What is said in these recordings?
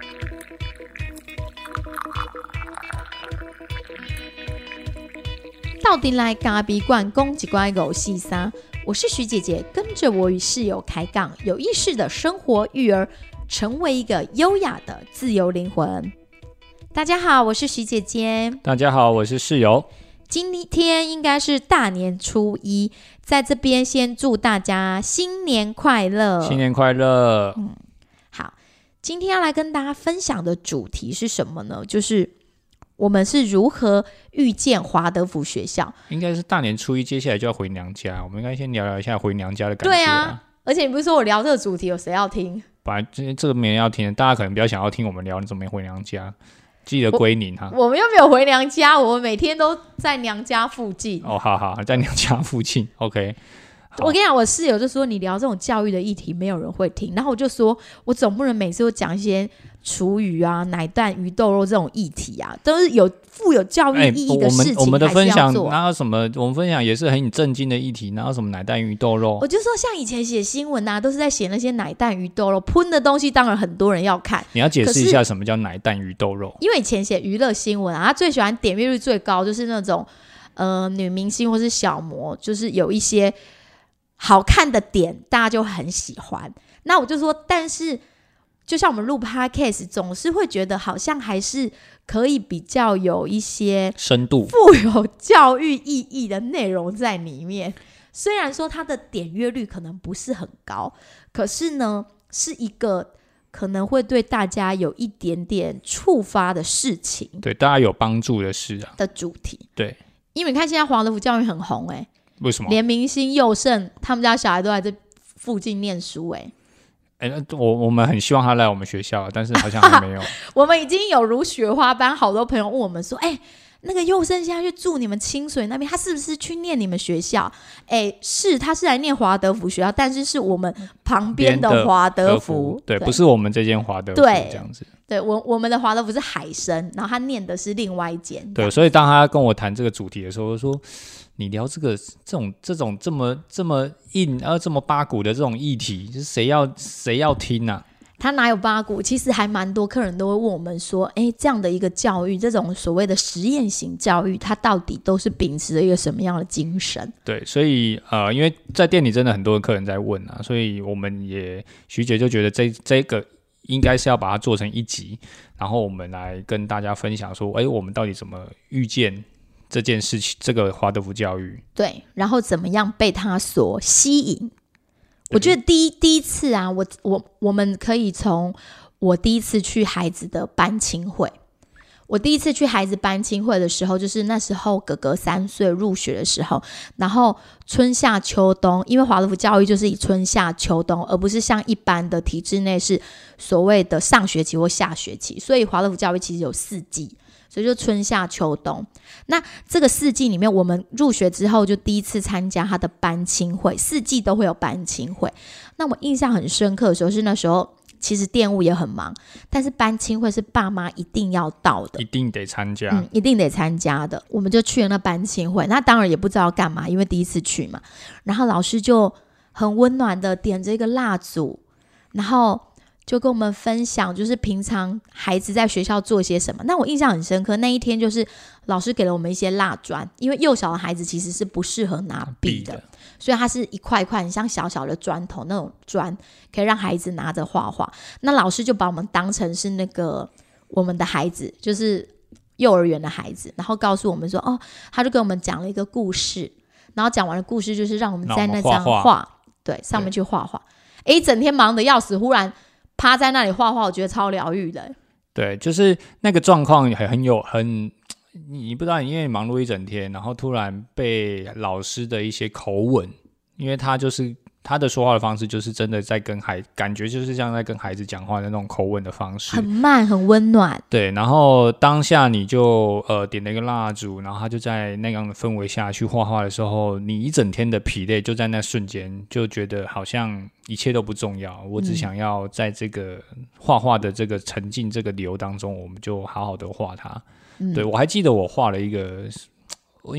到底来咖比罐讲一乖狗细沙，我是徐姐姐，跟着我与室友开杠，有意识的生活育儿，成为一个优雅的自由灵魂。大家好，我是徐姐姐。 大家好，我是室友。 今天应该是大年初一，在这边先祝大家新年快乐！ 新年快乐！ 好，今天要来跟大家分享的主题是什么呢？就是我们是如何遇见华德福学校。 应该是大年初一，接下来就要回娘家，我们应该先聊聊一下回娘家的感觉。 对啊，而且你不是说我聊这个主题有谁要听？ 本来这个没人要听，大家可能比较想要听我们聊你怎么没回娘家。记得归宁哈， 我们又没有回娘家，我们每天都在娘家附近。 哦，好，在娘家附近 ，OK。 我跟你讲，我室友就说你聊这种教育的议题，没有人会听。然后我就说，我总不能每次都讲一些厨余啊、奶蛋、鱼豆肉这种议题啊，都是富有教育意义的事情， 我们的分享哪有什么？我们分享也是很震惊的议题，哪有什么奶蛋鱼豆肉？ 我就说，像以前写新闻啊，都是在写那些奶蛋鱼豆肉，喷的东西，当然很多人要看。 你要解释一下什么叫奶蛋鱼豆肉？ 因为以前写娱乐新闻啊，他最喜欢点阅率最高就是那种女明星或是小模，就是有一些好看的点，大家就很喜欢。那我就说，但是就像我们录 podcast 总是会觉得好像还是可以比较有一些深度富有教育意义的内容在里面。虽然说它的点阅率可能不是很高，可是呢是一个可能会对大家有一点点触发的事情， 对大家有帮助的事啊的主题。 对， 因为你看现在华德福教育很红为什么？ 连明星佑胜他们家小孩都在这附近念书我们很希望他来我们学校，但是好像还没有。 我们已经有如雪花般，好多朋友问我们说，那个佑胜现在去住你们清水那边，他是不是去念你们学校？是，他是来念华德福学校，但是是我们旁边的华德福， 对，不是我们这间华德福这样子。 对，我们的华德福是海生，然后他念的是另外一间。 对，所以当他跟我谈这个主题的时候，我说你聊这种这么硬这么八股的这种议题，就是谁要听啊？ 他哪有八股？其实还蛮多客人都会问我们说，这样的一个教育，这种所谓的实验型教育，它到底都是秉持着一个什么样的精神？ 对，所以因为在店里真的很多客人在问啊，所以我们也徐姐就觉得这个应该是要把它做成一集，然后我们来跟大家分享说，我们到底怎么遇见这件事情，这个华德福教育，对， 然后怎么样被它所吸引？我觉得第一次啊，我们可以从我第一次去孩子的班亲会。我第一次去孩子班亲会的时候，就是那时候哥哥3岁入学的时候，然后春夏秋冬，因为华德福教育就是以春夏秋冬，而不是像一般的体制内是所谓的上学期或下学期，所以华德福教育其实有4季。所以就春夏秋冬，那这个4季里面，我们入学之后就第一次参加他的班亲会，4季都会有班亲会。那我印象很深刻的时候是那时候其实店务也很忙，但是班亲会是爸妈一定要到的， 一定得参加， 一定得参加的。我们就去了那班亲会，那当然也不知道干嘛，因为第一次去嘛。然后老师就很温暖的点着一个蜡烛，然后就跟我们分享，就是平常孩子在学校做些什么。那我印象很深刻，那一天就是老师给了我们一些蜡砖，因为幼小的孩子其实是不适合拿笔的，所以它是一块一块很像小小的砖头那种砖，可以让孩子拿着画画。那老师就把我们当成是那个我们的孩子，就是幼儿园的孩子，然后告诉我们说，他就跟我们讲了一个故事，然后讲完了故事就是让我们在那张画对上面去画画。一整天忙得要死，忽然趴在那里画画，我觉得超疗愈的。对， 就是那个状况你不知道，因为忙碌一整天，然后突然被老师的一些口吻，因为他的说话的方式就是真的在跟感觉就是像在跟孩子讲话的那种口吻的方式， 很慢很温暖。 对，然后当下你就点了一个蜡烛，然后他就在那样的氛围下去画画的时候，你一整天的疲累就在那瞬间就觉得好像一切都不重要，我只想要在这个画画的这个沉浸这个流当中，我们就好好的画它。对，我还记得我画了一个，因为我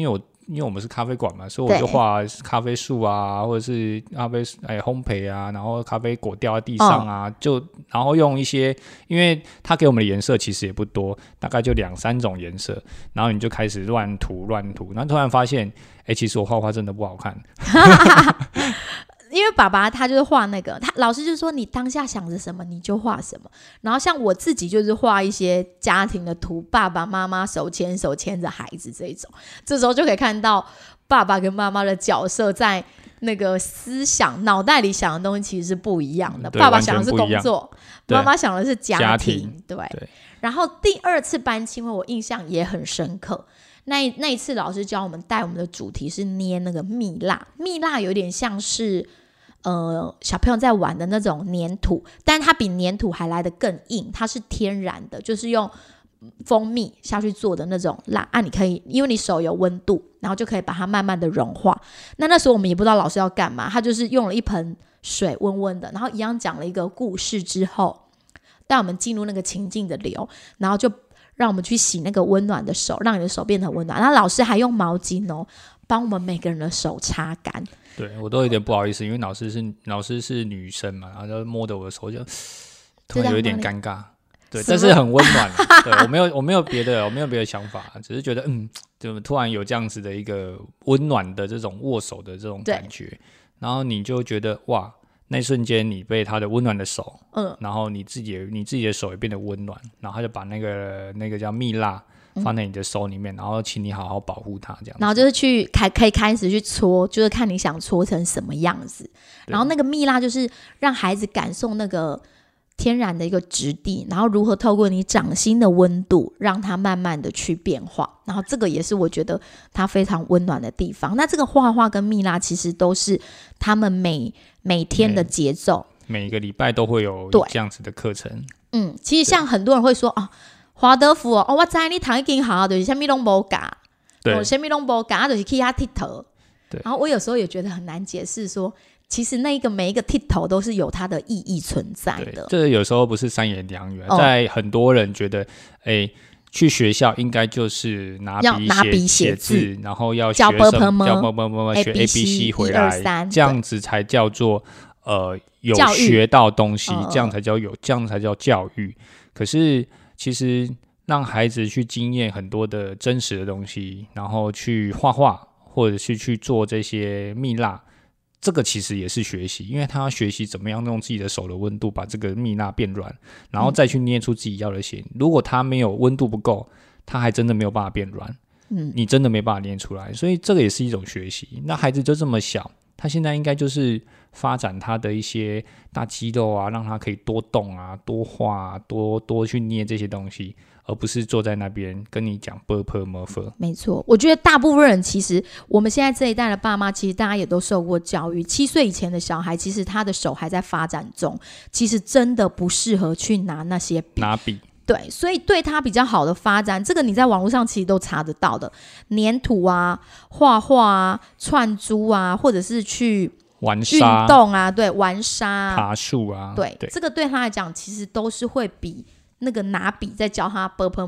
因为我们是咖啡馆嘛，所以我就画咖啡树啊，或者是咖啡烘焙啊，然后咖啡果掉在地上啊，然后用一些，因为他给我们的颜色其实也不多，大概就2-3种颜色，然后你就开始乱涂，然后突然发现，其实我画画真的不好看。 因为爸爸他就是画那个，他老师就说你当下想着什么你就画什么，然后像我自己就是画一些家庭的图，爸爸妈妈手牵手牵着孩子这种，这时候就可以看到爸爸跟妈妈的角色在那个思想脑袋里想的东西其实是不一样的，爸爸想的是工作，妈妈想的是家庭，对。然后第2次班亲会我印象也很深刻，那一次老师教我们带我们的主题是捏那个蜜蜡，蜜蜡有点像是小朋友在玩的那种粘土，但它比粘土还来得更硬，它是天然的，就是用蜂蜜下去做的那种蜡你可以因为你手有温度，然后就可以把它慢慢的融化。那时候我们也不知道老师要干嘛，他就是用了一盆水温温的，然后一样讲了一个故事之后带我们进入那个情境的流，然后就让我们去洗那个温暖的手，让你的手变得很温暖。然后老师还用毛巾帮我们每个人的手擦干。 对，我都有点不好意思，因为老师是女生嘛，然后就摸着我的手就突然有一点尴尬。对，但是很温暖。对，我没有别的想法，只是觉得就突然有这样子的一个温暖的这种握手的这种感觉，然后你就觉得哇，那一瞬间你被他的温暖的手，然后你自己的手也变得温暖，然后他就把那个叫蜜蜡放在你的手里面，然后请你好好保护它，这样子。然后就是可以开始去搓，就是看你想搓成什么样子。然后那个蜜蜡就是让孩子感受那个天然的一个质地，然后如何透过你掌心的温度让它慢慢的去变化，然后这个也是我觉得它非常温暖的地方。那这个画画跟蜜蜡其实都是他们每天的节奏， 每个礼拜都会有这样子的课程。 其实像很多人会说华德福我知道你读已经好就是什么都没教，什么都没教就是去那剃头。然后我有时候也觉得很难解释说其实每一个剃头都是有它的意义存在的。 这有时候不是三言两语在很多人觉得去学校应该就是拿笔写字，然后要学什么学 ABC 回来，这样子才叫做有学到东西，这样才叫教育。可是其实让孩子去经验很多的真实的东西，然后去画画或者是去做这些蜜蜡，这个其实也是学习，因为他要学习怎么样用自己的手的温度把这个蜜蜡变软，然后再去捏出自己要的形。如果他没有温度不够，他还真的没有办法变软，你真的没办法捏出来。所以这个也是一种学习。那孩子就这么小，他现在应该就是发展他的一些大肌肉啊，让他可以多动啊，多画啊，多去捏这些东西，而不是坐在那边跟你讲 “burp”。 没错，我觉得大部分人其实我们现在这一代的爸妈，其实大家也都受过教育。7岁以前的小孩，其实他的手还在发展中，其实真的不适合去拿那些笔。对，所以对他比较好的发展，这个你在网络上其实都查得到的，粘土啊、画画啊、串珠啊，或者是去玩沙运动啊，对，玩沙、 爬树啊， 对，这个对他来讲其实都是会比那个拿笔在教他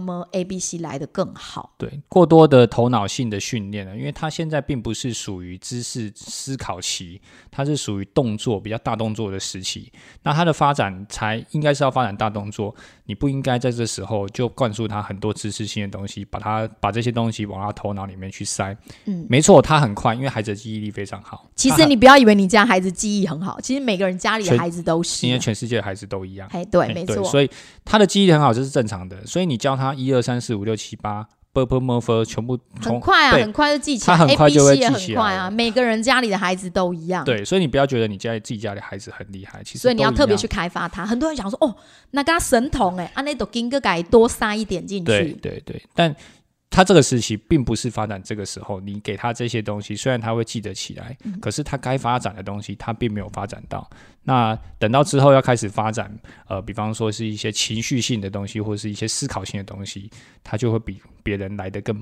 ABC 来的更好。 对，过多的头脑性的训练了，因为他现在并不是属于知识思考期，他是属于动作比较大动作的时期。那他的发展才应该是要发展大动作，你不应该在这时候就灌输他很多知识性的东西，把这些东西往他头脑里面去塞。没错，他很快，因为孩子的记忆力非常好。 其实你不要以为你家孩子记忆很好，其实每个人家里的孩子都是， 因为全世界的孩子都一样。 对，没错。 所以他的记忆力很好，这是正常的。所以你教他1、2、3、4、5、6、7、8。全部很快啊，很快就记起来， 他很快就会记起来， ABC 也很快啊。每个人家里的孩子都一样， 对，所以你不要觉得你自己家里孩子很厉害，其实所以你要特别去开发他。很多人讲说，那跟他神童那都应该多塞一点进去。 对，但他这个时期并不是发展这个时候，你给他这些东西，虽然他会记得起来，可是他该发展的东西他并没有发展到。那等到之后要开始发展，比方说是一些情绪性的东西，或是一些思考性的东西，他就会比别人来得更慢。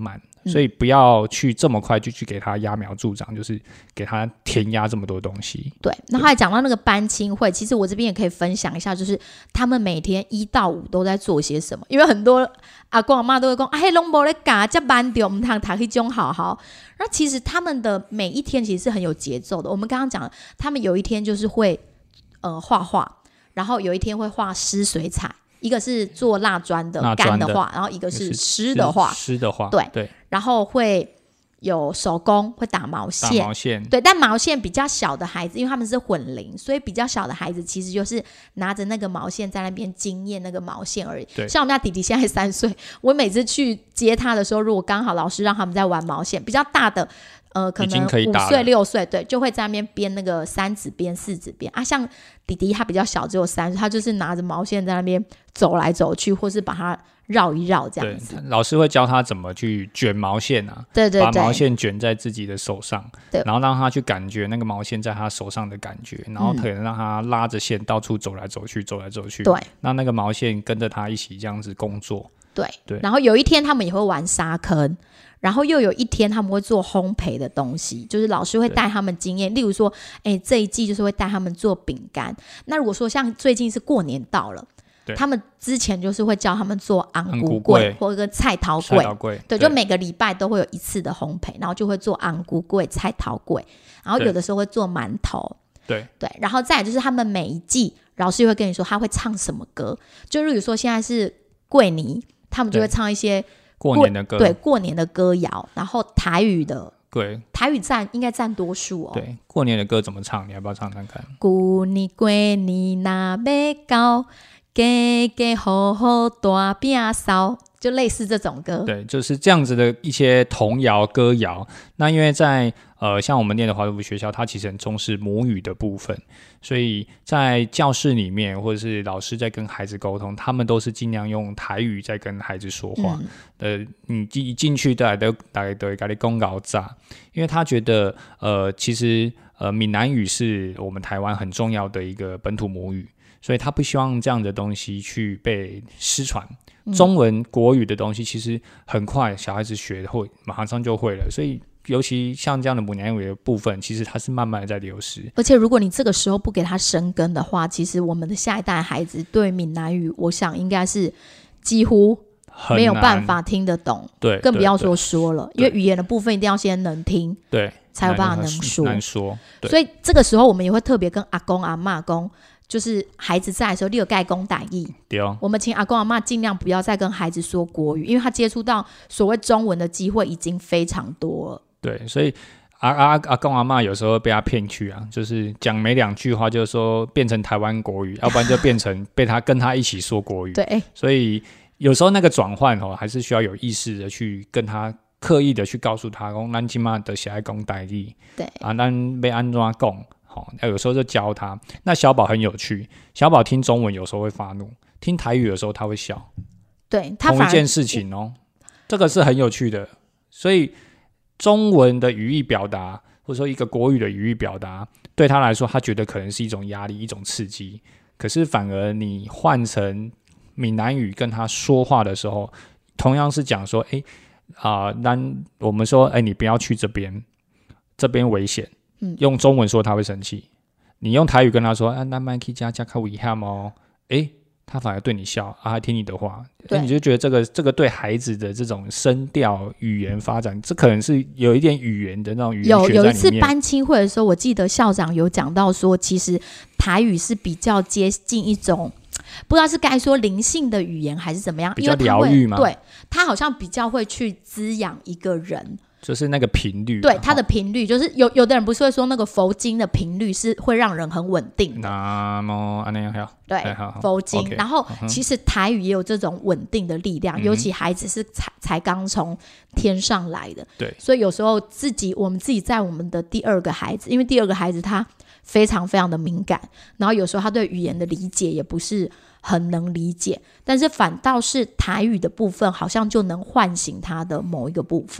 所以不要去这么快就去给他揠苗助长，就是给他填压这么多东西。 对，然后还讲到那个班亲会，其实我这边也可以分享一下，就是他们每天1到5都在做些什么，因为很多阿公阿嬷都会讲，嘿，拢无咧教，这班掉，我们读迄种好好。那其实他们的每一天其实是很有节奏的。我们刚刚讲，他们有一天就是会画画，然后有一天会画湿水彩。一个是做蜡砖的干的画，然后一个是湿的画，对，然后会有手工，会打毛线，对，但毛线比较小的孩子，因为他们是混龄，所以比较小的孩子其实就是拿着那个毛线在那边经验那个毛线而已。像我们家弟弟现在3岁，我每次去接他的时候，如果刚好老师让他们在玩毛线，比较大的可能5岁6岁，对，就会在那边编那个3指编4指编啊。像弟弟他比较小，只有3岁，他就是拿着毛线在那边走来走去，或是把它绕一绕这样子。 老师会教他怎么去卷毛线啊， 对， 把毛线卷在自己的手上，然后让他去感觉那个毛线在他手上的感觉，然后可能让他拉着线到处走来走去，对，那个毛线跟着他一起这样子工作。 对，然后有一天他们也会玩沙坑，然后又有一天他们会做烘焙的东西，就是老师会带他们经验，例如说这一季就是会带他们做饼干。那如果说像最近是过年到了，他们之前就是会教他们做昂菇粿或者菜头粿，对，就每个礼拜都会有一次的烘焙，然后就会做昂菇粿、菜头粿，然后有的时候会做馒头，对，然后再来就是他们每一季老师会跟你说他会唱什么歌，就例如说现在是过年，他们就会唱一些过年的歌， 对，过年的歌谣，然后台语的，对，台语应该占多数哦。 对，过年的歌怎么唱？你要不要唱看看？ 旧年过年那要到，家家户户大饼烧，就类似这种歌。 对，就是这样子的一些童谣歌谣。那因为在像我们念的华德福学校，它其实很重视母语的部分，所以在教室里面或者是老师在跟孩子沟通，他们都是尽量用台语在跟孩子说话。你一进去大概都会跟你讲搞炸，因为他觉得其实闽南语是我们台湾很重要的一个本土母语，所以他不希望这样的东西去被失传。中文国语的东西其实很快小孩子学会，马上就会了，所以尤其像这样的闽南语的部分，其实它是慢慢的在流失。 而且如果你这个时候不给他生根的话，其实我们的下一代孩子对闽南语，我想应该是几乎没有办法听得懂，对，更不要说了，因为语言的部分一定要先能听，对，才有办法能说。 难说， 所以这个时候我们也会特别跟阿公阿嬷讲，就是孩子在的时候，你有该讲台语，我们请阿公阿嬷尽量不要再跟孩子说国语，因为他接触到所谓中文的机会已经非常多了。 对，所以阿公阿嬷有时候被他骗去啊，就是讲没2句话就说变成台湾国语，要不然就变成被他跟他一起说国语。对，所以有时候那个转换还是需要有意识的去跟他刻意的去告诉他，说咱今嘛就是爱讲台语，对啊，咱要安怎讲。有时候就教他。那小宝很有趣，小宝听中文有时候会发怒，听台语的时候他会笑。对，他同一件事情哦，这个是很有趣的。所以中文的语义表达，或者说一个国语的语义表达，对他来说，他觉得可能是一种压力、一种刺激。可是反而你换成闽南语跟他说话的时候，同样是讲说，我们说，你不要去这边，这边危险。用中文说他会生气，你用台语跟他说那别去这较危险哦，他反而对你笑还听你的话，你就觉得这个对孩子的这种声调语言发展，这可能是有一点语言的那种语言学在里面。有一次班亲会的时候，我记得校长有讲到说，其实台语是比较接近一种不知道是该说灵性的语言还是怎么样， 比较疗愈吗？ 对，他好像比较会去滋养一个人， 就是那个频率， 对，它的频率就是有的人不是会说那个佛经的频率是会让人很稳定的。 南无阿弥陀佛， 对，佛经。然后其实台语也有这种稳定的力量，尤其孩子是才刚从天上来的，对，所以有时候我们自己在我们的第2个孩子，因为第2个孩子他非常非常的敏感，然后有时候他对语言的理解也不是很能理解，但是反倒是台语的部分好像就能唤醒他的某一个部分。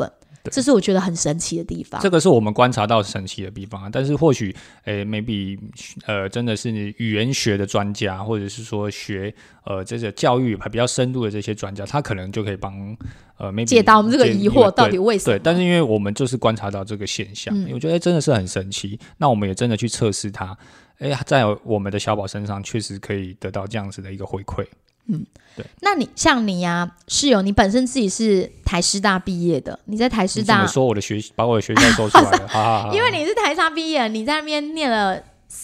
这是我觉得很神奇的地方。 这个是我们观察到神奇的地方，但是或许maybe 真的是语言学的专家，或者是说学这个教育还比较深度的这些专家，他可能就可以帮maybe 解答我们这个疑惑到底为什么。 对，但是因为我们就是观察到这个现象，我觉得真的是很神奇。那我们也真的去测试它，在我们的小宝身上确实可以得到这样子的一个回馈。对。 那你像你啊，室友，你本身自己是台师大毕业的，你在台师大， 你怎么说把我的学校说出来了？哈哈哈。 因为你是台大毕业，你在那边念了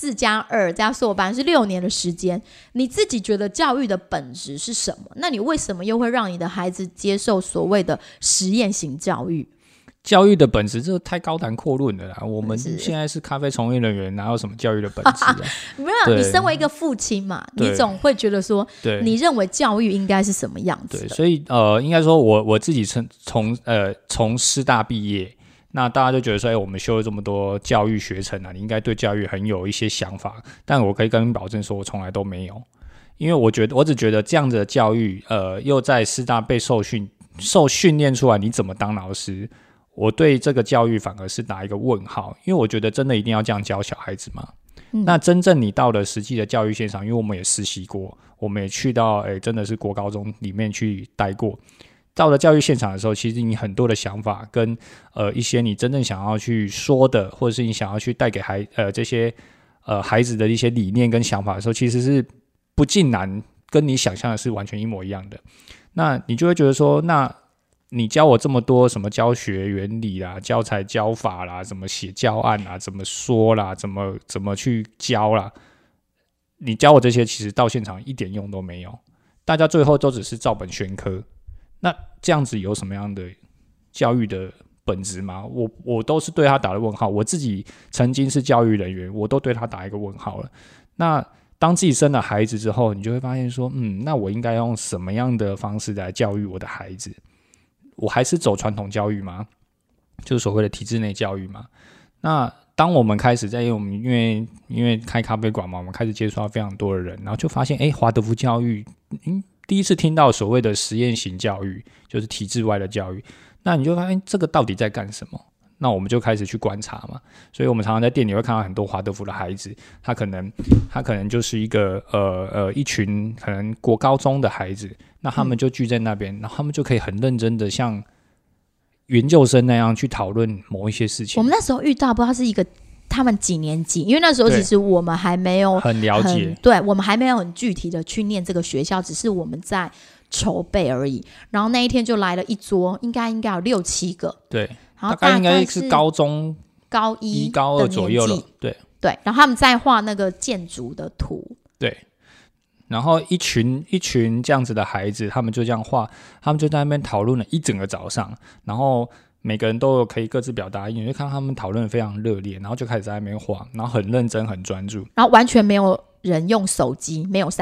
4+2加硕班是6年的时间，你自己觉得教育的本质是什么？那你为什么又会让你的孩子接受所谓的实验型教育？ 教育的本质，这太高谈阔论了啦。我们现在是咖啡从业人员，哪有什么教育的本质啊？ 没有，你身为一个父亲嘛，你总会觉得说，你认为教育应该是什么样子的？ 对，所以应该说我自己从师大毕业，那大家就觉得说，我们修了这么多教育学程啊，你应该对教育很有一些想法。但我可以跟你保证说，我从来都没有，因为我只觉得这样子的教育，又在师大被受训练出来，你怎么当老师？我对这个教育反而是打一个问号，因为我觉得真的一定要这样教小孩子吗？那真正你到了实际的教育现场，因为我们也实习过，我们也去到真的是国高中里面去待过，到了教育现场的时候，其实你很多的想法跟一些你真正想要去说的，或者是你想要去带给这些孩子的一些理念跟想法的时候，其实是不尽然跟你想象的是完全一模一样的。那你就会觉得说，那你教我这么多什么教学原理啦、教材教法啦、怎么写教案啦、怎么说啦、怎么去教啦，你教我这些其实到现场一点用都没有，大家最后都只是照本宣科。那这样子有什么样的教育的本质吗？我都是对他打了问号。我自己曾经是教育人员，我都对他打一个问号了。那当自己生了孩子之后，你就会发现说，那我应该用什么样的方式来教育我的孩子？我还是走传统教育吗？就是所谓的体制内教育吗？那当我们开始因为开咖啡馆嘛，我们开始接触到非常多的人，然后就发现，华德福教育，第一次听到所谓的实验型教育，就是体制外的教育。那你就发现这个到底在干什么？那我们就开始去观察嘛。所以我们常常在店里会看到很多华德福的孩子，他可能就是一个一群可能国高中的孩子。那他们就聚在那边，然后他们就可以很认真的像研究生那样去讨论某一些事情。 我们那时候遇到不知道是他们几年级，因为那时候其实我们还没有很了解， 对，我们还没有很具体的去念这个学校，只是我们在筹备而已。然后那一天就来了一桌，应该有6、7个， 对， 然后大概应该是高中高1、 高2左右了，对， 然后他们在画那个建筑的图， 对。然后一群这样子的孩子，他们就这样画，他们就在那边讨论了一整个早上，然后每个人都有可以各自表达意见，就看他们讨论得非常热烈，然后就开始在那边画，然后很认真很专注， 然后完全没有人用手机，没有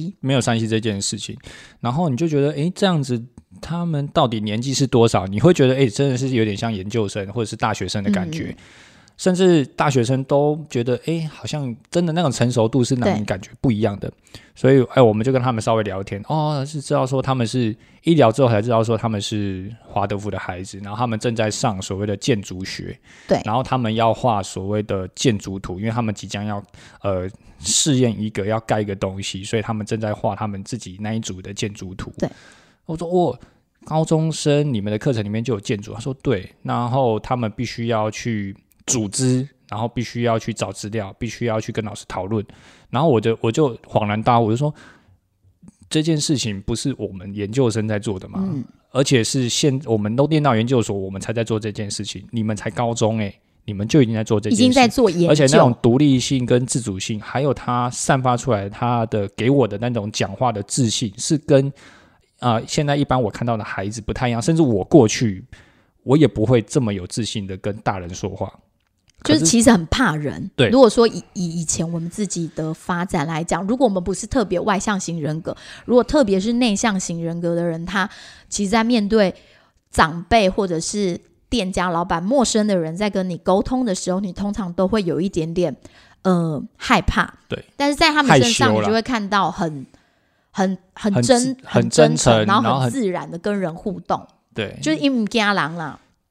3C 这件事情。然后你就觉得这样子他们到底年纪是多少？你会觉得真的是有点像研究生或者是大学生的感觉，甚至大学生都觉得好像真的那种成熟度是让你感觉不一样的。所以我们就跟他们稍微聊天，是知道说他们是一聊之后才知道说他们是华德福的孩子，然后他们正在上所谓的建筑学， 对， 然后他们要画所谓的建筑图，因为他们即将要试验一个要盖一个东西，所以他们正在画他们自己那一组的建筑图。 对， 我说高中生你们的课程里面就有建筑？他说对，然后他们必须要去组织，然后必须要去找资料，必须要去跟老师讨论。然后我就恍然大悟，我就说这件事情不是我们研究生在做的吗？而且是我们都念到研究所，我们才在做这件事情，你们才高中你们就已经在做这件事， 已经在做研究， 而且那种独立性跟自主性，还有他散发出来他的给我的那种讲话的自信，是跟现在一般我看到的孩子不太一样，甚至我过去我也不会这么有自信的跟大人说话。 就是其实很怕人。 对， 如果说以前我们自己的发展来讲，如果我们不是特别外向型人格，如果特别是内向型人格的人，他其实在面对长辈或者是店家老板陌生的人在跟你沟通的时候，你通常都会有一点点害怕。 对， 但是在他们身上你就会看到很真诚，然后很自然的跟人互动。 对， 就是因为家人啦。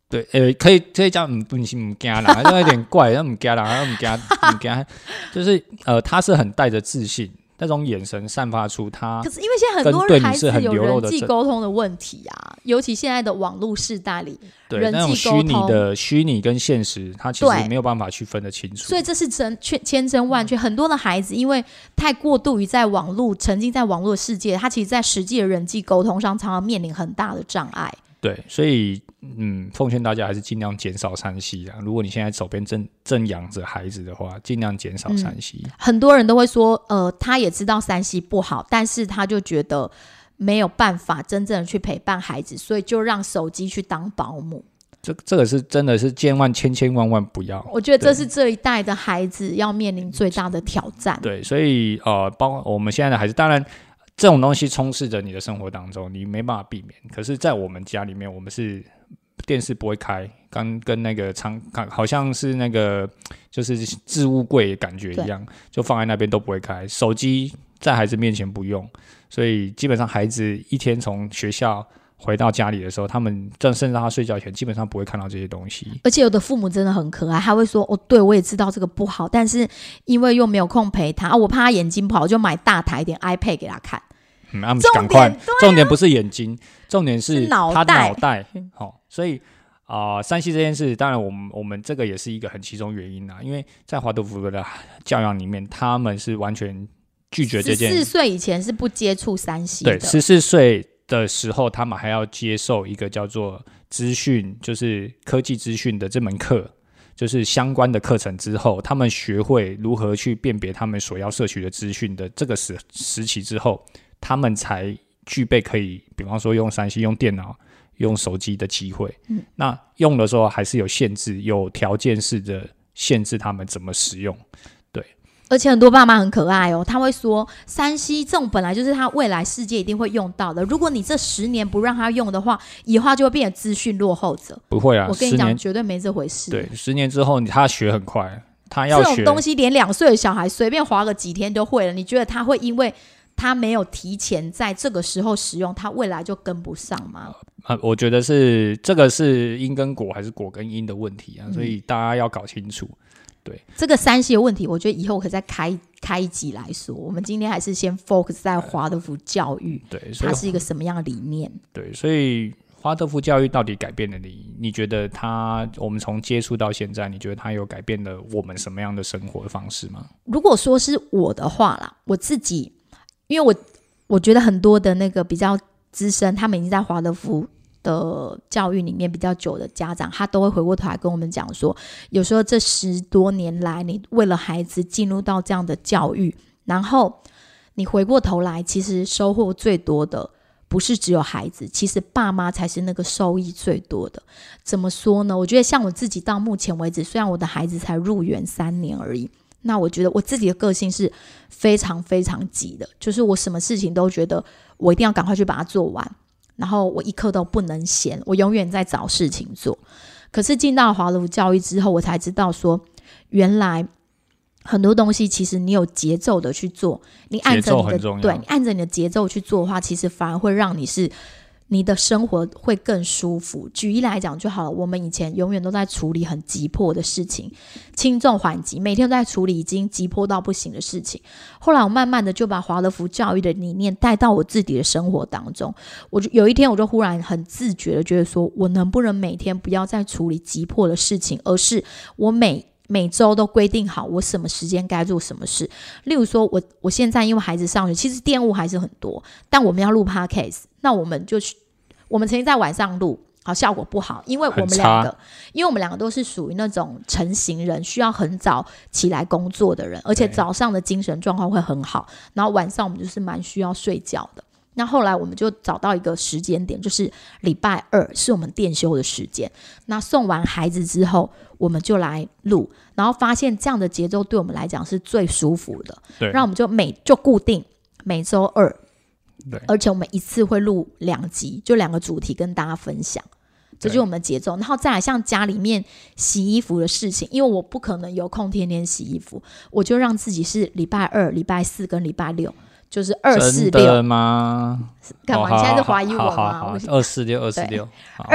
对，可以讲不是不惊啦，有点怪，不惊啦，不惊，就是他是很带着自信。那种眼神散发出他， 可是因为现在很多孩子有人际沟通的问题啊，尤其现在的网络世代里， 对人际沟通虚拟跟现实，他其实没有办法区分得清楚， 所以这是千真万确。很多的孩子因为太过度于在网络沉浸在网络世界，他其实在实际的人际沟通上常常面临很大的障碍。 对，所以奉劝大家还是尽量减少3C 啦。如果你现在手边正养着孩子的话，尽量减少3C。 很多人都会说，他也知道3C 不好，但是他就觉得没有办法真正的去陪伴孩子，所以就让手机去当保姆。 这个是真的是千万不要。 我觉得这是这一代的孩子要面临最大的挑战。 对，所以包括我们现在的孩子，当然。这种东西充斥着你的生活当中，你没办法避免。可是，在我们家里面，我们是电视不会开，跟那个好像是那个就是置物柜的感觉一样，就放在那边都不会开。手机在孩子面前不用，所以基本上孩子一天从学校回到家里的时候，他们甚至他睡觉前基本上不会看到这些东西。 而且有的父母真的很可爱，他会说：“哦，对，我也知道这个不好，但是因为又没有空陪他，我怕他眼睛不好，我就买大台一点 iPad 给他看。”重点不是眼睛，重点是他脑袋。所以3C 这件事，当然我们这个也是一个很其中原因啦。因为在华德福的教养里面，他们是完全拒绝这件。14 岁以前是不接触3C 的。 对 ，14岁的时候，他们还要接受一个叫做资讯，就是科技资讯的这门课。就是相关的课程之后，他们学会如何去辨别他们所要摄取的资讯的这个时期之后，他们才具备可以，比方说用3C、用电脑、用手机的机会。那用的时候还是有限制，有条件式的限制他们怎么使用。对， 而且很多爸妈很可爱哦，他会说3C 这种本来就是他未来世界一定会用到的，如果你这10年不让他用的话，以后就会变成资讯落后者。 不会啊， 我跟你讲，绝对没这回事。 对，10年之后他学很快，他要学这种东西，连2岁的小孩随便滑个几天就会了。你觉得他会因为他没有提前在这个时候使用，他未来就跟不上吗？ 我觉得这个是因跟果还是果跟因的问题啊，所以大家要搞清楚。对， 这个3C 的问题，我觉得以后可以再开一集来说。我们今天还是先 focus 在华德福教育， 对， 它是一个什么样的理念？ 对，所以华德福教育到底改变了你觉得我们从接触到现在，你觉得它有改变了我们什么样的生活方式吗？ 如果说是我的话啦，我自己，因为我觉得很多的那个比较资深，他们已经在华德福的教育里面比较久的家长，他都会回过头来跟我们讲说，有时候这10多年来，你为了孩子进入到这样的教育，然后你回过头来，其实收获最多的不是只有孩子，其实爸妈才是那个受益最多的。怎么说呢？我觉得像我自己到目前为止，虽然我的孩子才入园3年而已，那我觉得我自己的个性是非常非常急的，就是我什么事情都觉得我一定要赶快去把它做完，然后我一刻都不能闲，我永远在找事情做。可是进到华德福教育之后，我才知道说，原来很多东西其实你有节奏的去做，你按着你的节奏去做的话，其实反而会让你的生活会更舒服。举例来讲就好了，我们以前永远都在处理很急迫的事情，轻重缓急，每天都在处理已经急迫到不行的事情。后来我慢慢的就把华德福教育的理念带到我自己的生活当中。有一天我就忽然很自觉的觉得说，我能不能每天不要再处理急迫的事情，而是我每周都规定好我什么时间该做什么事。例如说我现在因为孩子上学，其实店务还是很多，但我们要录 podcast， 那我们曾经在晚上录，好，效果不好，因为我们两个都是属于那种晨型人，需要很早起来工作的人，而且早上的精神状况会很好，然后晚上我们就是蛮需要睡觉的。那后来我们就找到一个时间点，就是礼拜2是我们店休的时间，那送完孩子之后我们就来录，然后发现这样的节奏对我们来讲是最舒服的。对，让我们就固定每周2，对，而且我们一次会录2集，就2个主题跟大家分享，这就是我们的节奏。然后再来像家里面洗衣服的事情，因为我不可能有空天天洗衣服，我就让自己是礼拜2、礼拜4跟礼拜6 就是246。 真的吗？ 干嘛？你现在是怀疑我吗？ 好246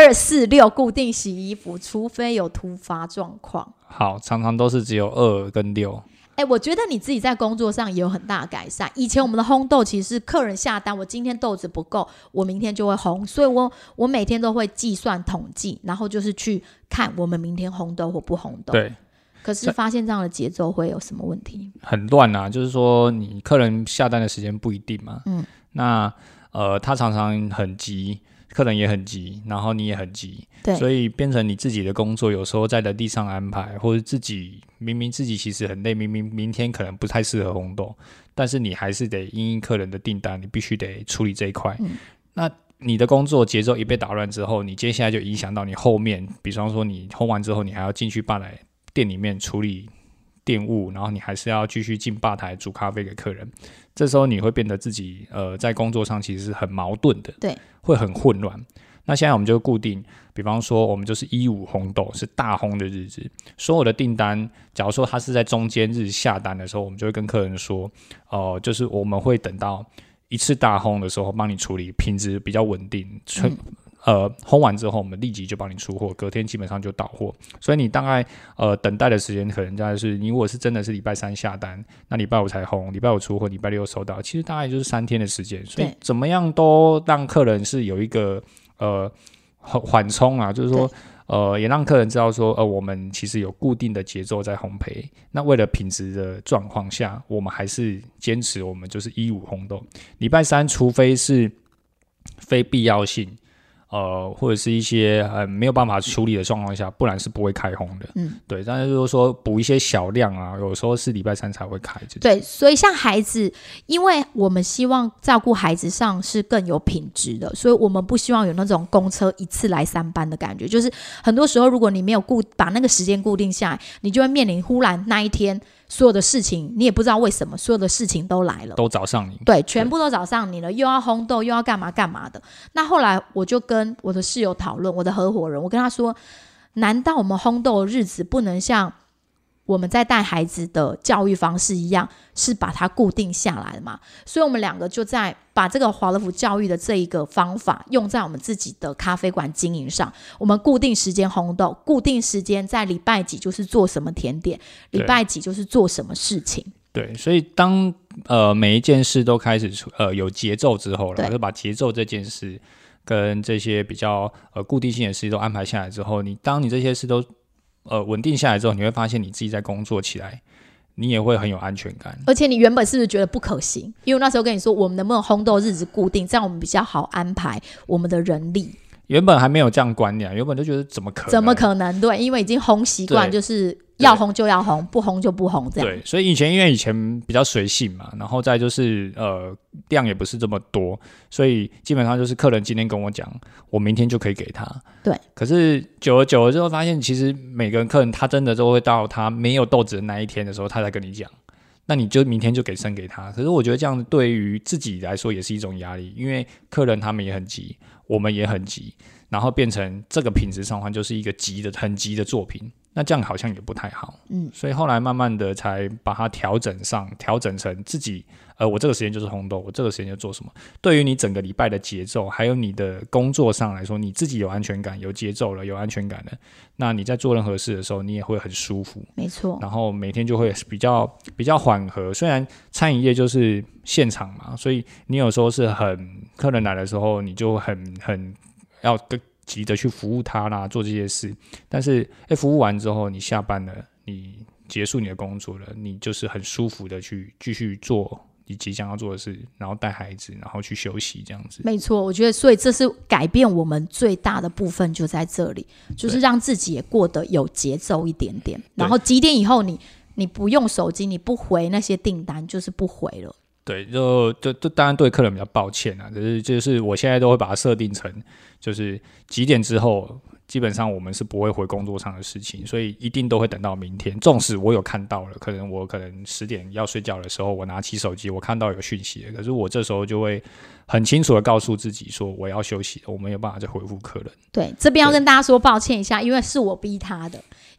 246固定洗衣服，除非有突发状况。 好，常常都是只有2跟6。 我觉得你自己在工作上也有很大的改善。以前我们的烘豆其实是客人下单，我今天豆子不够，我明天就会烘，所以我每天都会计算统计，然后就是去看我们明天烘豆或不烘豆。 对。 可是发现这样的节奏会有什么问题？ 很乱啊，就是说你客人下单的时间不一定嘛。那他常常很急，客人也很急，然后你也很急， 对， 所以变成你自己的工作有时候在人力上安排，或者明明自己其实很累，明天可能不太适合烘豆，但是你还是得因应客人的订单，你必须得处理这一块。那你的工作节奏一被打乱之后，你接下来就影响到你后面，比方说你烘完之后，你还要进去吧台店里面处理店务，然后你还是要继续进吧台煮咖啡给客人，这时候你会变得自己在工作上其实是很矛盾的， 对， 会很混乱。那现在我们就固定，比方说我们就是15烘豆是大烘的日子，所有的订单，假如说他是在中间日下单的时候，我们就会跟客人说，就是我们会等到一次大烘的时候帮你处理，品质比较稳定，烘完之后我们立即就帮你出货，隔天基本上就到货。所以你大概等待的时间可能大概是，你如果是真的是礼拜3下单，那礼拜5才烘，礼拜5出货，礼拜6收到，其实大概就是3天的时间。所以怎么样都让客人是有一个缓冲啊，就是说也让客人知道说我们其实有固定的节奏在烘焙。那为了品质的状况下，我们还是坚持我们就是15烘豆，礼拜3除非是非必要性或者是一些没有办法处理的状况下，不然是不会开烘的。对，但是就是说补一些小量啊，有时候是礼拜3才会开。 对，所以像孩子，因为我们希望照顾孩子上是更有品质的，所以我们不希望有那种公车一次来3班的感觉。就是很多时候，如果你没有把那个时间固定下来，你就会面临忽然那一天所有的事情，你也不知道为什么所有的事情都来了， 都找上你。 对，全部都找上你了，又要烘豆，又要干嘛干嘛的。那后来我就跟我的室友讨论，我的合伙人，我跟他说，难道我们烘豆的日子不能像我们在带孩子的教育方式一样，是把它固定下来的嘛？所以我们2个就在把这个华乐福教育的这一个方法用在我们自己的咖啡馆经营上。我们固定时间烘豆，固定时间在礼拜几就是做什么甜点，礼拜几就是做什么事情。 对，所以当每一件事都开始有节奏之后了，就把节奏这件事跟这些比较固定性的事都安排下来之后，当你这些事都稳定下来之后，你会发现你自己在工作起来，你也会很有安全感。 而且你原本是不是觉得不可行？因为那时候跟你说，我们能不能烘豆日子固定，这样我们比较好安排我们的人力。 原本还没有这样观念，原本就觉得怎么可能？ 对，因为已经烘习惯，就是要烘就要烘，不烘就不烘这样。 对，所以因为以前比较随性嘛，然后再就是量也不是这么多，所以基本上就是客人今天跟我讲，我明天就可以给他。 对。可是久了之后发现，其实每个客人他真的都会到他没有豆子的那一天的时候，他才跟你讲。那你就明天就生给他。可是我觉得这样对于自己来说也是一种压力，因为客人他们也很急，我们也很急，然后变成这个品质上换就是一个很急的作品，那这样好像也不太好。所以后来慢慢的才把它调整成自己我这个时间就是烘豆，我这个时间就做什么。对于你整个礼拜的节奏还有你的工作上来说，你自己有安全感，有节奏了，有安全感了，那你在做任何事的时候你也会很舒服。 没错。然后每天就会比较缓和。虽然餐饮业就是现场嘛，所以你有时候是客人来的时候你就很要急着去服务他啦，做这些事。但是服务完之后你下班了，你结束你的工作了，你就是很舒服的去继续做你即将要做的事，然后带孩子，然后去休息这样子。 没错，我觉得所以这是改变我们最大的部分就在这里，就是让自己也过得有节奏一点点。然后几点以后你不用手机，你不回那些订单就是不回了。 对，就当然对客人比较抱歉啊，可是就是我现在都会把它设定成就是几点之后基本上我们是不会回工作上的事情，所以一定都会等到明天。纵使我有看到了，可能10点要睡觉的时候，我拿起手机，我看到有讯息了，可是我这时候就会很清楚的告诉自己说我要休息了，我没有办法再回复客人。 对，这边要跟大家说抱歉一下，因为是我逼他的。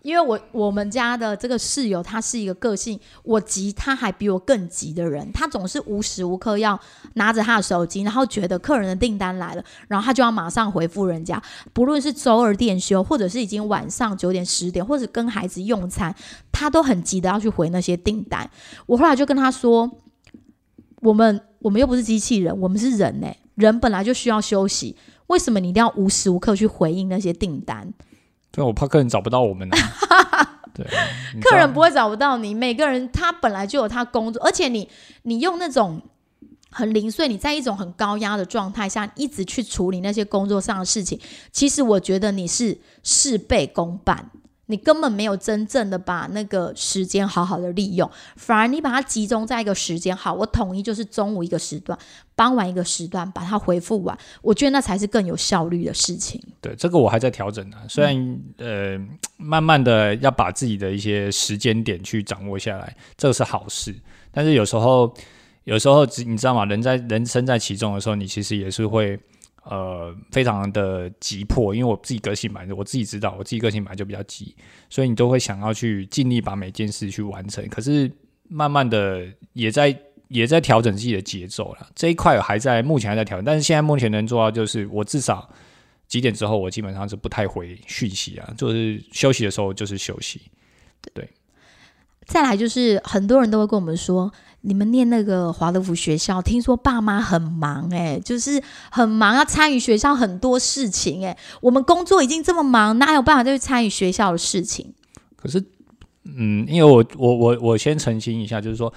因为我们家的这个室友他是一个个性我急他还比我更急的人，他总是无时无刻要拿着他的手机，然后觉得客人的订单来了，然后他就要马上回复人家，不论是周二店休或者是已经晚上9点10点或者跟孩子用餐，他都很急的要去回那些订单。我后来就跟他说，我们又不是机器人，我们是人欸，人本来就需要休息，为什么你一定要无时无刻去回应那些订单？ 对，我怕客人找不到我们啊。对， 客人不会找不到你，每个人他本来就有他工作，而且你用那种很零碎，你在一种很高压的状态下一直去处理那些工作上的事情，其实我觉得你是事倍功半，你根本没有真正的把那个时间好好的利用，反而你把它集中在一个时间，好，我统一就是中午一个时段，傍晚一个时段把它回复完，我觉得那才是更有效率的事情。 对，这个我还在调整啊，虽然慢慢的要把自己的一些时间点去掌握下来，这个是好事，但是有时候你知道吗？人身在其中的时候，你其实也是会非常的急迫，因为我自己个性本来我自己知道，我自己个性本来就比较急，所以你都会想要去尽力把每件事去完成。可是慢慢的也在调整自己的节奏了，这一块目前还在调整，但是现在目前能做到就是我至少几点之后，我基本上是不太回讯息啊，就是休息的时候就是休息。对。 再来就是很多人都会跟我们说，你们念那个华德福学校，听说爸妈很忙就是很忙，要参与学校很多事情我们工作已经这么忙，哪有办法再去参与学校的事情？ 可是因为我先澄清一下，就是说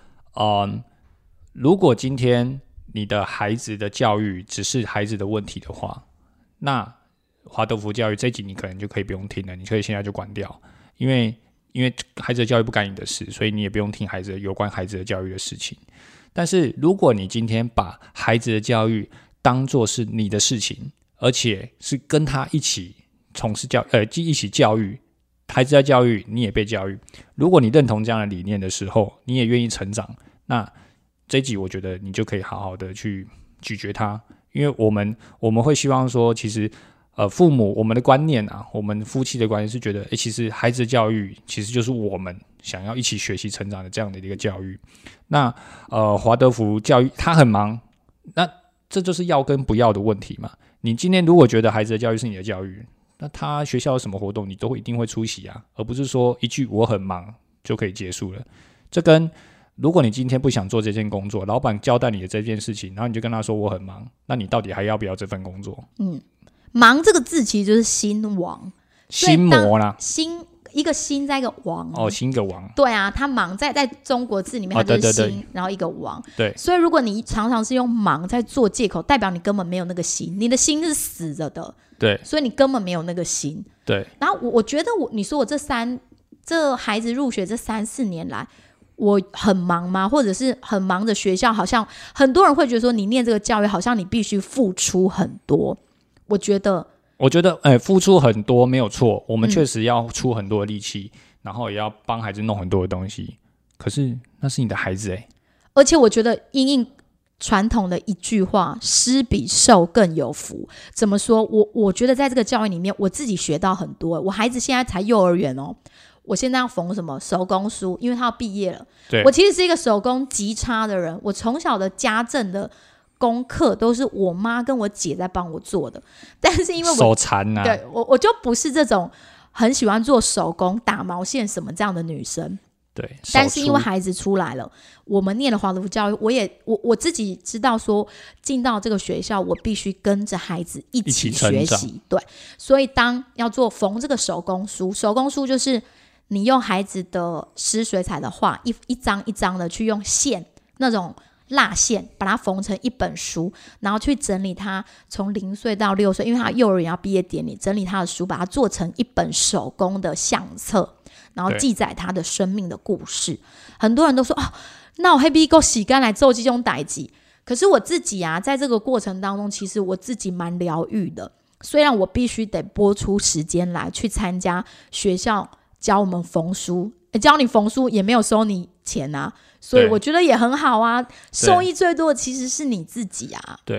如果今天你的孩子的教育只是孩子的问题的话，那华德福教育这一集你可能就可以不用听了，你可以现在就关掉，因为孩子的教育不干你的事，所以你也不用听有关孩子的教育的事情。但是如果你今天把孩子的教育当作是你的事情，而且是跟他一起从事一起教育，孩子在教育，你也被教育，如果你认同这样的理念的时候，你也愿意成长，那这一集我觉得你就可以好好的去咀嚼它。因为我们会希望说，其实父母我们的观念啊，我们夫妻的观念是觉得其实孩子的教育其实就是我们想要一起学习成长的这样的一个教育。那华德福教育他很忙，那这就是要跟不要的问题嘛。你今天如果觉得孩子的教育是你的教育，那他学校有什么活动你都一定会出席啊，而不是说一句我很忙就可以结束了。这跟如果你今天不想做这件工作，老板交代你的这件事情，然后你就跟他说我很忙，那你到底还要不要这份工作？ 忙这个字其实就是心亡， 心魔啦， 一个心在一个亡心一个亡。 对啊，他忙在中国字里面它就是心，然后一个亡。 对， 所以如果你常常是用忙在做借口，代表你根本没有那个心，你的心是死着的。 对， 所以你根本没有那个心。 对， 然后我觉得你说我这孩子入学这3-4年来，我很忙吗？或者是很忙的学校，好像很多人会觉得说，你念这个教育，好像你必须付出很多。我觉得付出很多没有错，我们确实要出很多的力气，然后也要帮孩子弄很多的东西。可是那是你的孩子而且我觉得因应传统的一句话，施比受更有福。怎么说？我觉得在这个教育里面，我自己学到很多。我孩子现在才幼儿园我现在要缝什么手工书，因为他要毕业了。 对， 我其实是一个手工极差的人，我从小的家政的功课都是我妈跟我姐在帮我做的，但是因为手残啊， 对我就不是这种很喜欢做手工打毛线什么这样的女生。 对， 但是因为孩子出来了，我们念了华德福教育，我自己知道说，进到这个学校，我必须跟着孩子一起学习。对，所以当要做缝这个手工书就是你用孩子的湿水彩的画，一张一张的去用线那种蜡线把它缝成一本书，然后去整理它从0岁到6岁，因为他幼儿园要毕业典礼，整理他的书，把它做成一本手工的相册，然后记载他的生命的故事。很多人都说那我还必够洗干来做这种代志。可是我自己在这个过程当中，其实我自己蛮疗愈的。虽然我必须得拨出时间来去参加学校教我们缝书，教你缝书也没有收你钱所以我觉得也很好受益最多的其实是你自己对，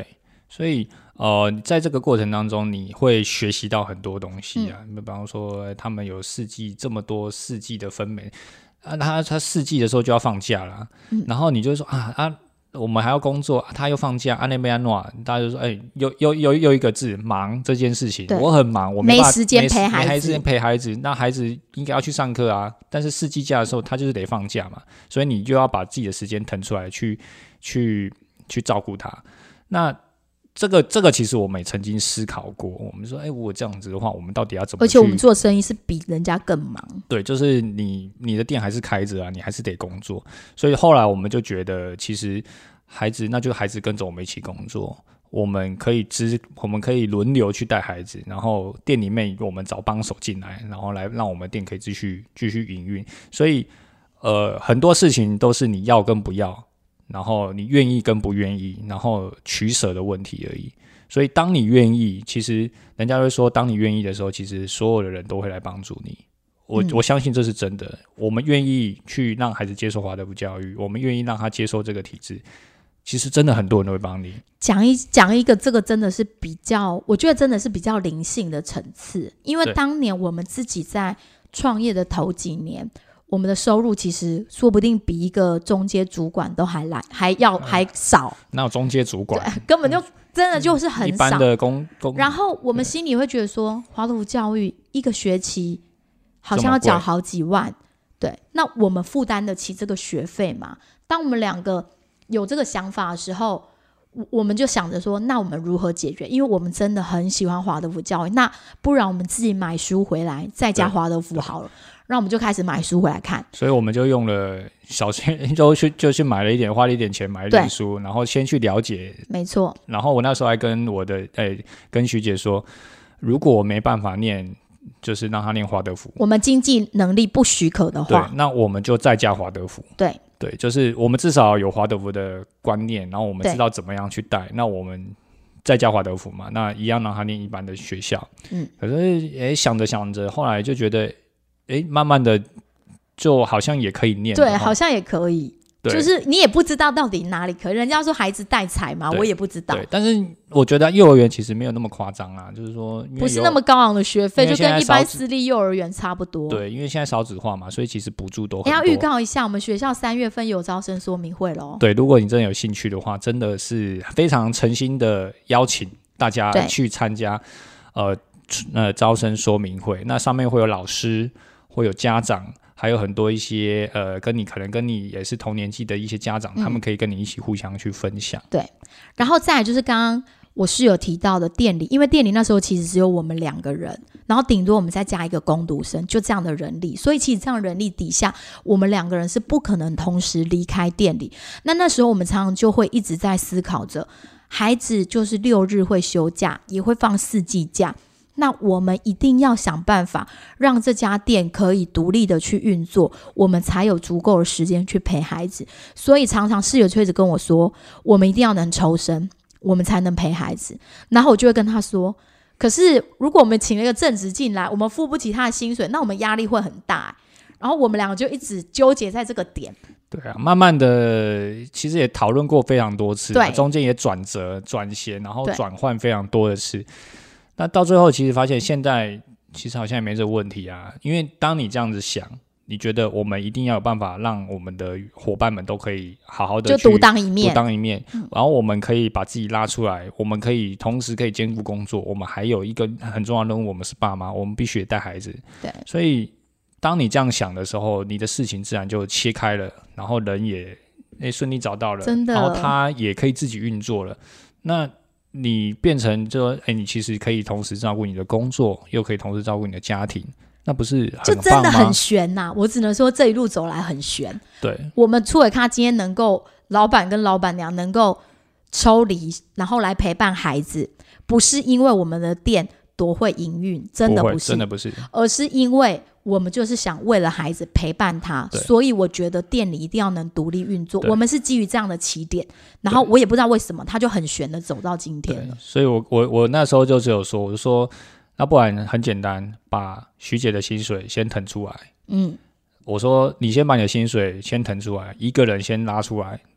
所以在这个过程当中，你会学习到很多东西啊。比方说，他们有四季，这么多四季的分娩啊，他四季的时候就要放假啦，然后你就说我们还要工作，他又放假，那边大家就说，又一个字忙这件事情，我很忙，我没时间陪孩子， 没时间陪孩子，那孩子应该要去上课啊，但是四季假的时候，他就是得放假嘛，所以你就要把自己的时间腾出来去照顾他。那这个其实我们也曾经思考过，我们说，我这样子的话，我们到底要怎么去？ 而且我们做生意是比人家更忙。 对，就是你的店还是开着啊，你还是得工作。所以后来我们就觉得，其实那就孩子跟着我们一起工作，我们可以轮流去带孩子，然后店里面我们找帮手进来，然后来让我们店可以继续营运。所以很多事情都是你要跟不要。然后你愿意跟不愿意，然后取舍的问题而已。所以当你愿意，其实人家会说，当你愿意的时候，其实所有的人都会来帮助你。我相信这是真的。我们愿意去让孩子接受华德福教育，我们愿意让他接受这个体制，其实真的很多人都会帮你。 讲一个这个真的是比较，我觉得真的是比较灵性的层次。因为当年我们自己在创业的头几年，我们的收入其实说不定比一个中阶主管都还少。 哪有中阶主管？ 根本就真的就是很少。 一般的工然后我们心里会觉得说，华德福教育一个学期好像要缴好几万，对，那我们负担得起这个学费吗？当我们两个有这个想法的时候，我们就想着说，那我们如何解决？因为我们真的很喜欢华德福教育，那不然我们自己买书回来，再加华德福好了。然后我们就开始买书回来看， 所以我们就用了小钱就去买了一点，花了一点钱买了一点书，然后先去了解。 没错。 然后我那时候还跟跟徐姐说，如果我没办法念，就是让他念华德福， 我们经济能力不许可的话， 对，那我们就再加华德福。对，就是我们至少有华德福的观念，然后我们知道怎么样去带，那我们再加华德福嘛，那一样让他念一般的学校。可是想着想着，后来就觉得。慢慢的就好像也可以念， 对，好像也可以，就是你也不知道到底哪里可以。人家说孩子带财嘛，我也不知道。 对，但是我觉得幼儿园其实没有那么夸张啊，就是说不是那么高昂的学费，就跟一般私立幼儿园差不多。 对，因为现在少子化嘛，所以其实补助都很多。 要预告一下，我们学校3月份有招生说明会咯。 对，如果你真的有兴趣的话，真的是非常诚心的邀请大家去参加招生说明会。那上面会有老师。会有家长，还有很多一些可能跟你也是同年纪的一些家长，他们可以跟你一起互相去分享。 对，然后再来就是刚刚我室友提到的店里，因为店里那时候其实只有我们2个人，然后顶多我们再加一个工读生，就这样的人力，所以其实这样人力底下，我们2个人是不可能同时离开店里。那时候我们常常就会一直在思考着，孩子就是6日会休假，也会放4季假。那我们一定要想办法让这家店可以独立的去运作，我们才有足够的时间去陪孩子。所以常常室友就一直跟我说，我们一定要能抽身，我们才能陪孩子。然后我就会跟他说，可是如果我们请了一个正职进来，我们付不起他的薪水，那我们压力会很大。然后我们2个就一直纠结在这个点。 对啊，慢慢的其实也讨论过非常多次， 对， 中间也转折转衔，然后转换非常多的次。那到最后其实发现现在其实好像也没这个问题啊，因为当你这样子想，你觉得我们一定要有办法让我们的伙伴们都可以好好的就独当一面， 然后我们可以把自己拉出来，我们可以同时可以兼顾工作，我们还有一个很重要的任务，我们是爸妈，我们必须得带孩子。 对， 所以当你这样想的时候，你的事情自然就切开了，然后人也顺利找到了， 真的， 然后他也可以自己运作了。那你变成就你其实可以同时照顾你的工作，又可以同时照顾你的家庭，那不是很棒吗？ 就真的很悬呐！我只能说这一路走来很悬。 对， 我们初伟咖今天能够老板跟老板娘能够抽离，然后来陪伴孩子，不是因为我们的店多会营运，真的不是， 真的不是， 而是因为我们就是想为了孩子陪伴他，所以我觉得店里一定要能独立运作。我们是基于这样的起点，然后我也不知道为什么他就很悬的走到今天了。 所以我那时候就只有说，我就说那不然很简单，把徐姐的薪水先腾出来。我说你先把你的薪水先腾出来，一个人先拉出来，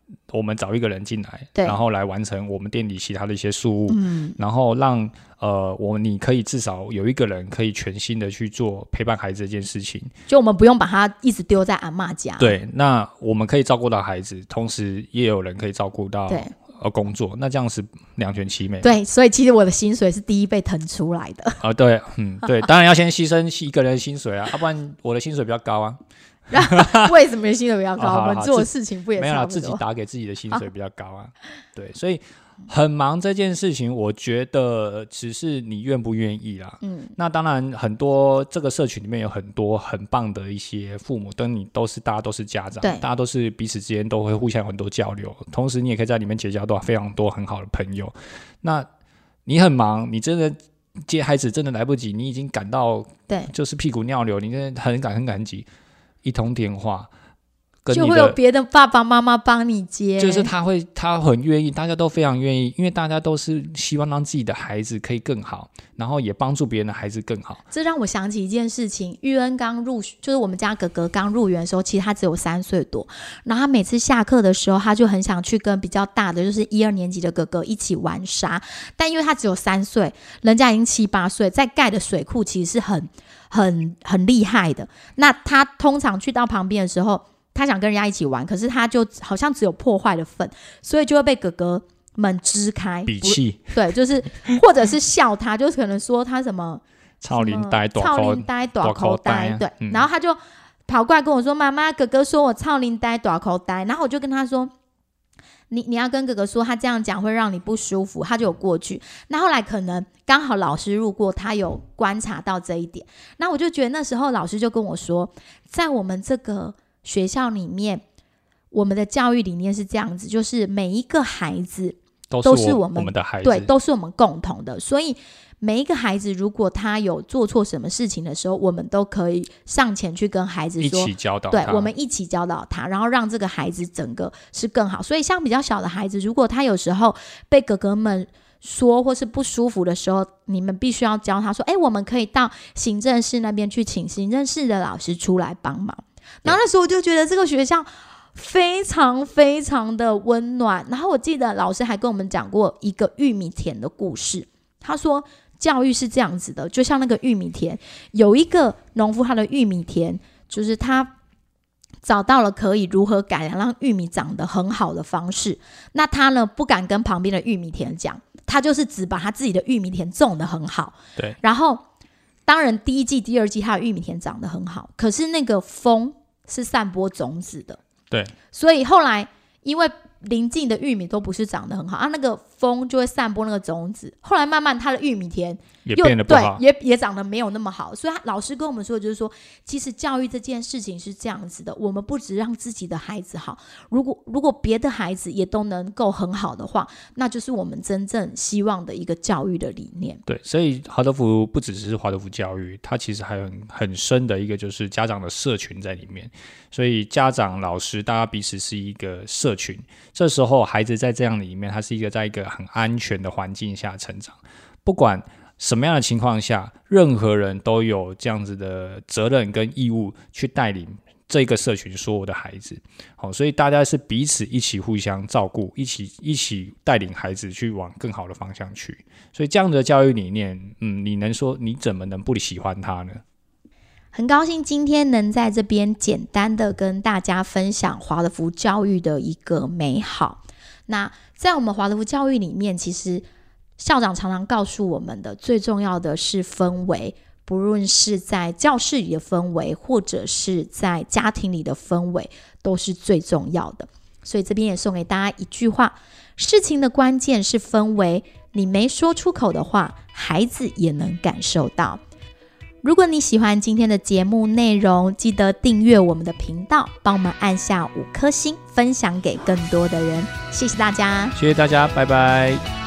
我们找一个人进来， 对， 然后来完成我们店里其他的一些事务，然后让你可以至少有一个人可以全心的去做陪伴孩子这件事情， 就我们不用把他一直丢在阿嬷家。 对，那我们可以照顾到孩子，同时也有人可以照顾到工作，那这样是两全其美。 对，所以其实我的薪水是第一被腾出来的。 对，对，当然要先牺牲一个人的薪水啊，要不然我的薪水比较高啊。 为什么薪水比较高？我们做的事情不也差不多？ 没有啦，自己打给自己的薪水比较高啊。对，所以很忙这件事情，我觉得只是你愿不愿意啦。那当然，很多这个社群里面有很多很棒的一些父母，大家都是家长，大家都是彼此之间都会互相有很多交流，同时你也可以在里面结交到非常多很好的朋友。那你很忙，你真的接孩子真的来不及，你已经赶到就是屁股尿流，你真的很赶急。一通电话跟就会有别的爸爸妈妈帮你接， 就是他很愿意，大家都非常愿意，因为大家都是希望让自己的孩子可以更好，然后也帮助别人的孩子更好。 这让我想起一件事情，玉恩刚入，就是我们家哥哥刚入园的时候，其实他只有3岁多，然后他每次下课的时候，他就很想去跟比较大的，就是1、2年级的哥哥一起玩沙，但因为他只有3岁，人家已经7、8岁，在盖的水库其实是很厉害的。那他通常去到旁边的时候，他想跟人家一起玩，可是他就好像只有破坏的份，所以就会被哥哥们支开， 比气。 对，就是或者是笑他，就是可能说他什么超龄呆大口呆， 对，然后他就跑过来跟我说：“妈妈，哥哥说我超龄呆大口呆。”然后我就跟他说：“你要跟哥哥说，他这样讲会让你不舒服。”他就有过去。那后来可能刚好老师路过，他有观察到这一点。那我就觉得那时候老师就跟我说，在我们这个学校里面，我们的教育理念是这样子，就是每一个孩子都是我们的孩子， 对，都是我们共同的。所以每一个孩子，如果他有做错什么事情的时候，我们都可以上前去跟孩子说， 一起教导他， 对，我们一起教导他，然后让这个孩子整个是更好。所以像比较小的孩子，如果他有时候被哥哥们说或是不舒服的时候，你们必须要教他说：“我们可以到行政室那边去，请行政室的老师出来帮忙。”然后那时候我就觉得这个学校非常非常的温暖。然后我记得老师还跟我们讲过一个玉米田的故事，他说教育是这样子的，就像那个玉米田，有一个农夫，他的玉米田就是他找到了可以如何改良让玉米长得很好的方式。那他呢不敢跟旁边的玉米田讲，他就是只把他自己的玉米田种得很好。 对， 然后当然第1季、第2季他的玉米田长得很好，可是那个风是散播种子的。 对， 所以后来因为邻近的玉米都不是长得很好那个风就会散播那个种子，后来慢慢他的玉米田也变得不好， 对，也长得没有那么好。所以老师跟我们说的就是说，其实教育这件事情是这样子的，我们不只让自己的孩子好，如果别的孩子也都能够很好的话，那就是我们真正希望的一个教育的理念。 对，所以华德福不只是华德福教育，它其实还有很深的一个就是家长的社群在里面。所以家长、老师，大家彼此是一个社群。这时候孩子在这样里面，他是在一个很安全的环境下成长，不管什么样的情况下，任何人都有这样子的责任跟义务去带领这个社群所有的孩子。所以大家是彼此一起互相照顾，一起带领孩子去往更好的方向去。所以这样的教育理念，你能说你怎么能不喜欢它呢？ 很高兴今天能在这边简单的跟大家分享华德福教育的一个美好。那在我们华德福教育里面，其实校长常常告诉我们的最重要的是氛围，不论是在教室里的氛围，或者是在家庭里的氛围，都是最重要的。所以这边也送给大家一句话：事情的关键是氛围，你没说出口的话，孩子也能感受到。如果你喜欢今天的节目内容，记得订阅我们的频道，帮我们按下5颗星，分享给更多的人。谢谢大家， 谢谢大家，拜拜。